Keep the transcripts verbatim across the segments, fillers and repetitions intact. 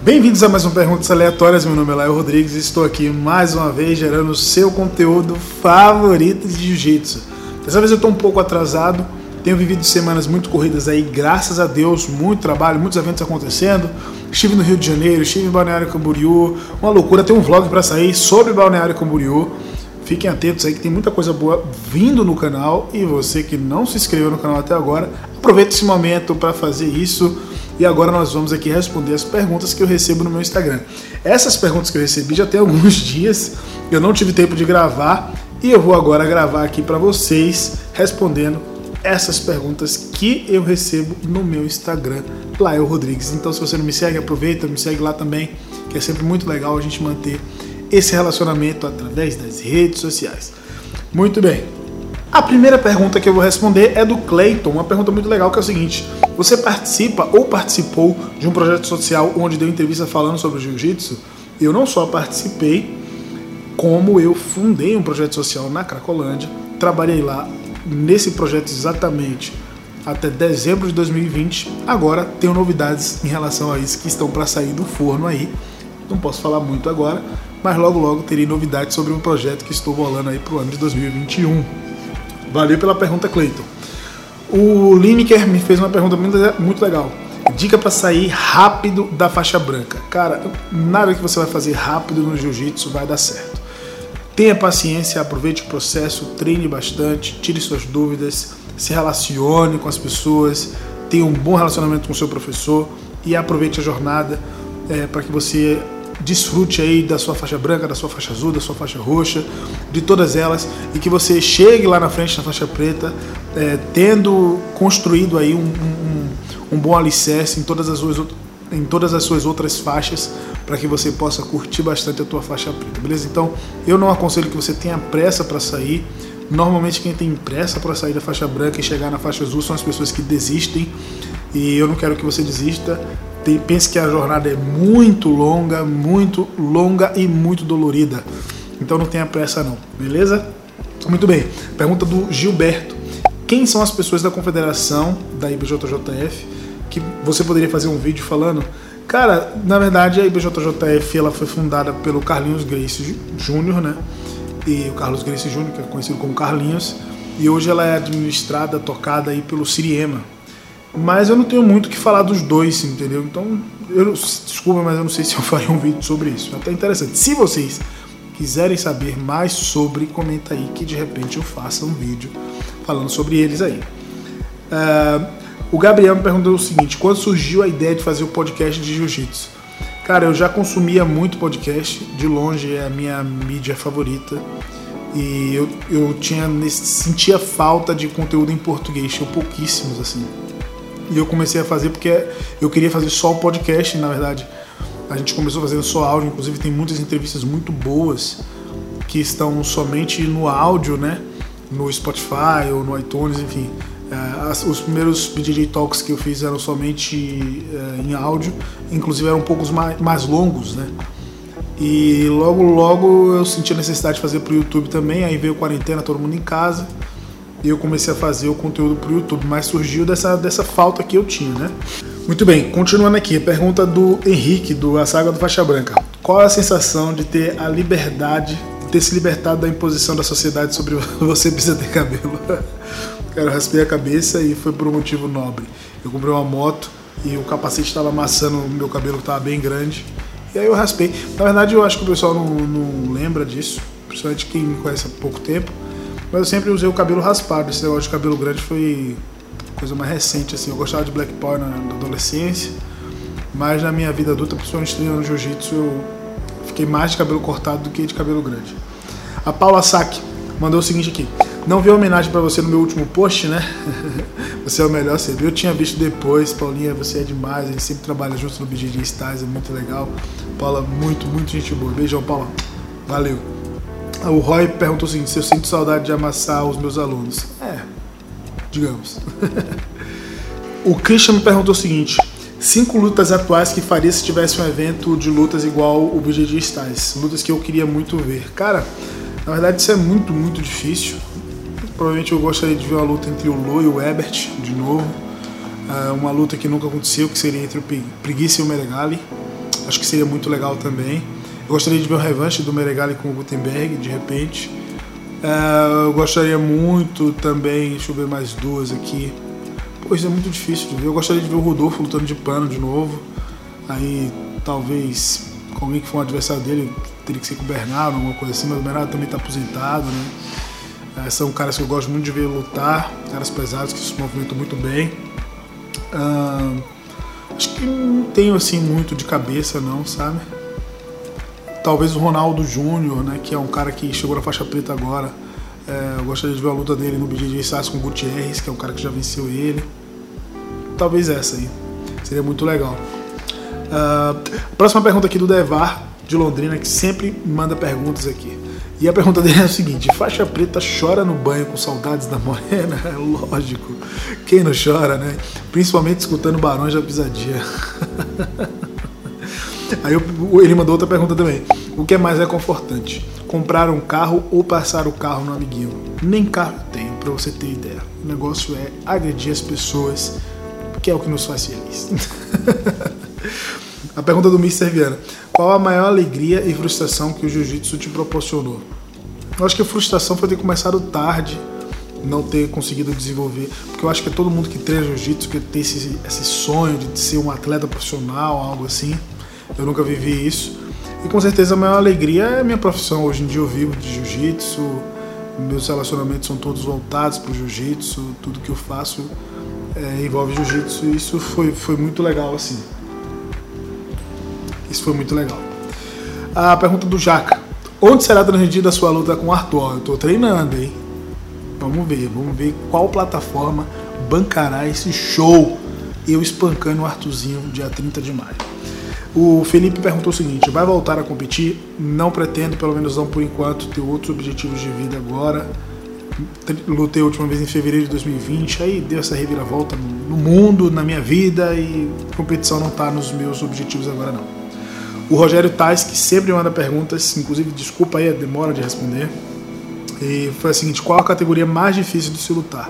Bem-vindos a mais um Perguntas Aleatórias, meu nome é Laio Rodrigues e estou aqui mais uma vez gerando o seu conteúdo favorito de Jiu-Jitsu. Dessa vez eu estou um pouco atrasado, tenho vivido semanas muito corridas aí, graças a Deus, muito trabalho, muitos eventos acontecendo. Estive no Rio de Janeiro, estive em Balneário Camboriú, uma loucura, tem um vlog para sair sobre Balneário Camboriú. Fiquem atentos aí que tem muita coisa boa vindo no canal e você que não se inscreveu no canal até agora, aproveita esse momento para fazer isso. E agora nós vamos aqui responder as perguntas que eu recebo no meu Instagram. Essas perguntas que eu recebi já tem alguns dias, eu não tive tempo de gravar e eu vou agora gravar aqui para vocês respondendo essas perguntas que eu recebo no meu Instagram, Laio Rodrigues. Então se você não me segue, aproveita, me segue lá também, que é sempre muito legal a gente manter esse relacionamento através das redes sociais. Muito bem. A primeira pergunta que eu vou responder é do Clayton, uma pergunta muito legal que é o seguinte: você participa ou participou de um projeto social onde deu entrevista falando sobre o Jiu-Jitsu? Eu não só participei, como eu fundei um projeto social na Cracolândia, trabalhei lá nesse projeto exatamente até dezembro de dois mil e vinte, agora tenho novidades em relação a isso que estão para sair do forno aí, não posso falar muito agora, mas logo logo terei novidades sobre um projeto que estou bolando aí para o ano de dois mil e vinte e um. Valeu pela pergunta, Clayton. O Lineker me fez uma pergunta muito, muito legal. Dica para sair rápido da faixa branca. Cara, nada que você vai fazer rápido no jiu-jitsu vai dar certo. Tenha paciência, aproveite o processo, treine bastante, tire suas dúvidas, se relacione com as pessoas, tenha um bom relacionamento com o seu professor e aproveite a jornada é, para que você desfrute aí da sua faixa branca, da sua faixa azul, da sua faixa roxa, de todas elas, e que você chegue lá na frente na faixa preta, é, tendo construído aí um, um, um bom alicerce em todas as suas, em todas as suas outras faixas, para que você possa curtir bastante a tua faixa preta, beleza? Então, eu não aconselho que você tenha pressa para sair. Normalmente quem tem pressa para sair da faixa branca e chegar na faixa azul são as pessoas que desistem, e eu não quero que você desista. Pense que a jornada é muito longa, muito longa e muito dolorida. Então não tenha pressa não, beleza? Muito bem. Pergunta do Gilberto. Quem são as pessoas da confederação da I B J J F que você poderia fazer um vídeo falando? Cara, na verdade a I B J J F ela foi fundada pelo Carlinhos Gracie Júnior, né? E o Carlos Gracie Júnior, que é conhecido como Carlinhos, e hoje ela é administrada, tocada aí pelo Siriema. Mas eu não tenho muito o que falar dos dois, entendeu? Então, eu, desculpa, mas eu não sei se eu faria um vídeo sobre isso. É até interessante. Se vocês quiserem saber mais sobre, comenta aí que de repente eu faça um vídeo falando sobre eles aí. Uh, o Gabriel me perguntou o seguinte: quando surgiu a ideia de fazer o podcast de Jiu-Jitsu? Cara, eu já consumia muito podcast, de longe é a minha mídia favorita. E eu, eu tinha, sentia falta de conteúdo em português, tinha pouquíssimos assim. E eu comecei a fazer porque eu queria fazer só o podcast, na verdade. A gente começou fazendo só áudio, inclusive tem muitas entrevistas muito boas que estão somente no áudio, né? No Spotify ou no iTunes, enfim. Uh, os primeiros B J J Talks que eu fiz eram somente uh, em áudio, inclusive eram um pouco mais, mais longos, né? E logo, logo eu senti a necessidade de fazer pro YouTube também, aí veio a quarentena, todo mundo em casa. E eu comecei a fazer o conteúdo para o YouTube, mas surgiu dessa, dessa falta que eu tinha, né? Muito bem, continuando aqui, a pergunta do Henrique, do A Saga do Faixa Branca. Qual é a sensação de ter a liberdade, de ter se libertado da imposição da sociedade sobre você precisa ter cabelo? Cara, eu raspei a cabeça e foi por um motivo nobre. Eu comprei uma moto e o capacete estava amassando o meu cabelo, que estava bem grande. E aí eu raspei. Na verdade, eu acho que o pessoal não, não lembra disso, principalmente quem me conhece há pouco tempo. Mas eu sempre usei o cabelo raspado, esse negócio de cabelo grande foi coisa mais recente, assim. Eu gostava de Black Power na, na adolescência, mas na minha vida adulta, principalmente treinando Jiu-Jitsu, eu fiquei mais de cabelo cortado do que de cabelo grande. A Paula Saki mandou o seguinte aqui: não vi a homenagem pra você no meu último post, né? Você é o melhor, você viu? Eu tinha visto depois. Paulinha, você é demais, a gente sempre trabalha junto no B J J Styles, é muito legal. Paula, muito, muito gente boa. Beijão, Paula. Valeu. O Roy perguntou o seguinte: se eu sinto saudade de amassar os meus alunos. É, digamos. O Christian me perguntou o seguinte: cinco lutas atuais que faria se tivesse um evento de lutas igual o B J J Styles. Lutas que eu queria muito ver. Cara, na verdade isso é muito, muito difícil. Provavelmente eu gostaria de ver uma luta entre o Lô e o Ebert, de novo. Uma luta que nunca aconteceu, que seria entre o Preguiça e o Meregali. acho que seria muito legal também. Eu gostaria de ver um revanche do Meregali com o Gutenberg, de repente. Uh, eu gostaria muito também, deixa eu ver mais duas aqui. Pô, isso é muito difícil de ver. Eu gostaria de ver o Rodolfo lutando de pano de novo. Aí, talvez, com alguém que for um adversário dele, teria que ser com o Bernardo, alguma coisa assim, mas o Bernardo também está aposentado, né? Uh, são caras que eu gosto muito de ver lutar, caras pesados que se movimentam muito bem. Uh, acho que não tenho assim muito de cabeça, não, sabe? Talvez o Ronaldo Júnior, né, que é um cara que chegou na faixa preta agora. É, eu gostaria de ver a luta dele no B J J Sass com o Gutierrez, que é um cara que já venceu ele. Talvez essa aí. Seria muito legal. Uh, próxima pergunta aqui do Devar, de Londrina, que sempre manda perguntas aqui. E a pergunta dele é a seguinte: faixa preta chora no banho com saudades da morena? É lógico. Quem não chora, né? Principalmente escutando Barões da Pisadinha. Aí eu, ele mandou outra pergunta também. O que é mais reconfortante? Comprar um carro ou passar o carro no amiguinho? Nem carro eu tenho, pra você ter ideia. O negócio é agredir as pessoas, que é o que nos faz feliz. A pergunta do mister Viana: qual a maior alegria e frustração que o jiu-jitsu te proporcionou? Eu acho que a frustração foi ter começado tarde, não ter conseguido desenvolver, porque eu acho que é todo mundo que treina jiu-jitsu que tem esse, esse sonho de ser um atleta profissional, algo assim. Eu nunca vivi isso. E com certeza a maior alegria é a minha profissão. Hoje em dia eu vivo de jiu-jitsu, meus relacionamentos são todos voltados para o jiu-jitsu, tudo que eu faço é, envolve jiu-jitsu, e isso foi, foi muito legal assim. Isso foi muito legal. A pergunta do Jaca: onde será transmitida a sua luta com o Arthur? Eu estou treinando, hein? Vamos ver, vamos ver qual plataforma bancará esse show. Eu espancando o Arthurzinho dia trinta de maio. O Felipe perguntou o seguinte: vai voltar a competir? Não pretendo, pelo menos não por enquanto, ter outros objetivos de vida agora. Lutei a última vez em fevereiro de dois mil e vinte, aí deu essa reviravolta no, no mundo, na minha vida, e competição não está nos meus objetivos agora não. O Rogério Tais, que sempre manda perguntas, inclusive desculpa aí a demora de responder, e foi a seguinte: qual a categoria mais difícil de se lutar?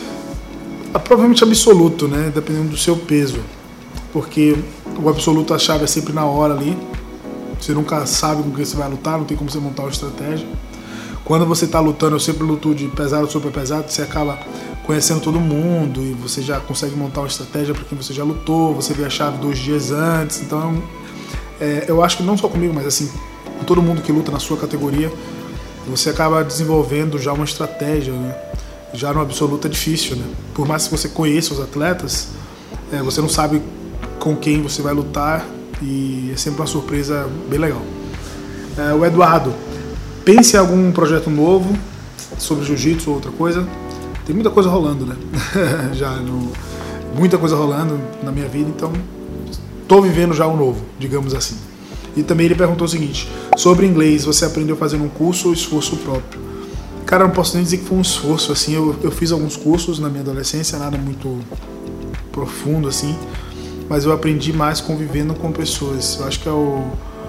Ah, provavelmente absoluto, né, dependendo do seu peso, porque o absoluto, a chave é sempre na hora ali. Você nunca sabe com quem você vai lutar, não tem como você montar uma estratégia. Quando você está lutando, eu sempre luto de pesado ou super pesado, você acaba conhecendo todo mundo e você já consegue montar uma estratégia para quem você já lutou, você vê a chave dois dias antes. Então, é, eu acho que não só comigo, mas assim, com todo mundo que luta na sua categoria, você acaba desenvolvendo já uma estratégia, né? Já no absoluto é difícil, né? Por mais que você conheça os atletas, é, você não sabe com quem você vai lutar, e é sempre uma surpresa bem legal. É, o Eduardo: pense em algum projeto novo sobre jiu-jitsu ou outra coisa? Tem muita coisa rolando, né? já no, muita coisa rolando na minha vida, então estou vivendo já o novo, digamos assim. E também ele perguntou o seguinte: sobre inglês, você aprendeu fazendo um curso ou esforço próprio? Cara, não posso nem dizer que foi um esforço, assim, eu, eu fiz alguns cursos na minha adolescência, nada muito profundo, assim, mas eu aprendi mais convivendo com pessoas. Eu acho que é o,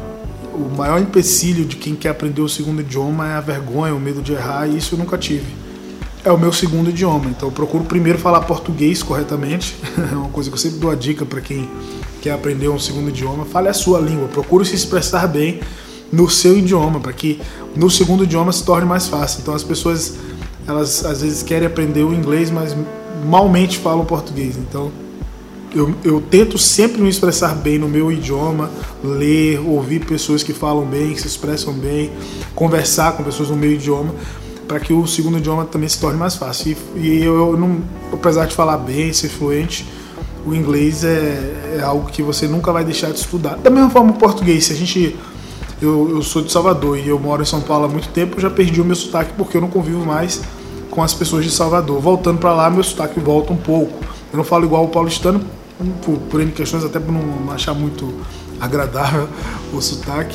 o maior empecilho de quem quer aprender o segundo idioma é a vergonha, o medo de errar, e isso eu nunca tive. É o meu segundo idioma, então eu procuro primeiro falar português corretamente. É uma coisa que eu sempre dou a dica para quem quer aprender um segundo idioma: fale a sua língua, procure se expressar bem no seu idioma, para que no segundo idioma se torne mais fácil. Então as pessoas, elas às vezes querem aprender o inglês, mas malmente falam português. Então Eu, eu tento sempre me expressar bem no meu idioma, ler, ouvir pessoas que falam bem, que se expressam bem, conversar com pessoas no meu idioma, para que o segundo idioma também se torne mais fácil. E, e eu, não, apesar de falar bem, ser fluente, o inglês é, é algo que você nunca vai deixar de estudar. Da mesma forma o português, se a gente... Eu, eu sou de Salvador e eu moro em São Paulo há muito tempo, eu já perdi o meu sotaque porque eu não convivo mais com as pessoas de Salvador. Voltando para lá, meu sotaque volta um pouco. Eu não falo igual o paulistano, por, por N questões, até por não achar muito agradável o sotaque,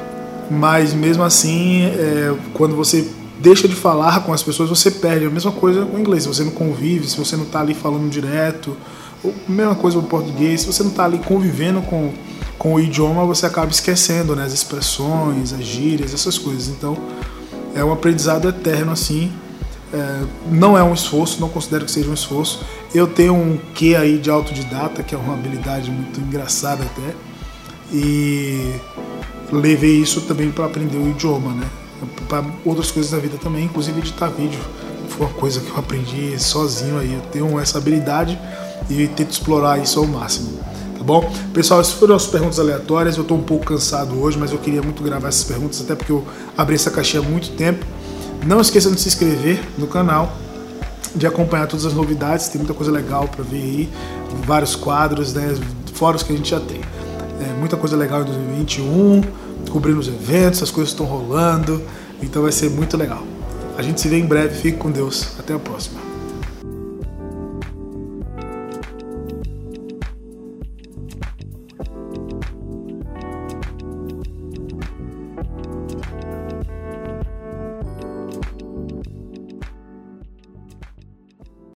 mas mesmo assim, é, quando você deixa de falar com as pessoas, você perde. A mesma coisa com o inglês, se você não convive, se você não está ali falando direto, ou a mesma coisa com o português, se você não está ali convivendo com, com o idioma, você acaba esquecendo, né, as expressões, as gírias, essas coisas. Então é um aprendizado eterno assim. É, não é um esforço, não considero que seja um esforço. Eu tenho um quê aí de autodidata, que é uma habilidade muito engraçada até, e levei isso também para aprender o idioma, né? Para outras coisas da vida também, inclusive editar vídeo. Foi uma coisa que eu aprendi sozinho aí. Eu tenho essa habilidade e tento explorar isso ao máximo. Tá bom? Pessoal, essas foram as perguntas aleatórias. Eu tô um pouco cansado hoje, mas eu queria muito gravar essas perguntas, até porque eu abri essa caixinha há muito tempo. Não esqueçam de se inscrever no canal, de acompanhar todas as novidades. Tem muita coisa legal para ver aí, vários quadros, né, fora os que a gente já tem. É, muita coisa legal em dois mil e vinte e um, cobrindo os eventos, as coisas estão rolando, então vai ser muito legal. A gente se vê em breve, fique com Deus, até a próxima.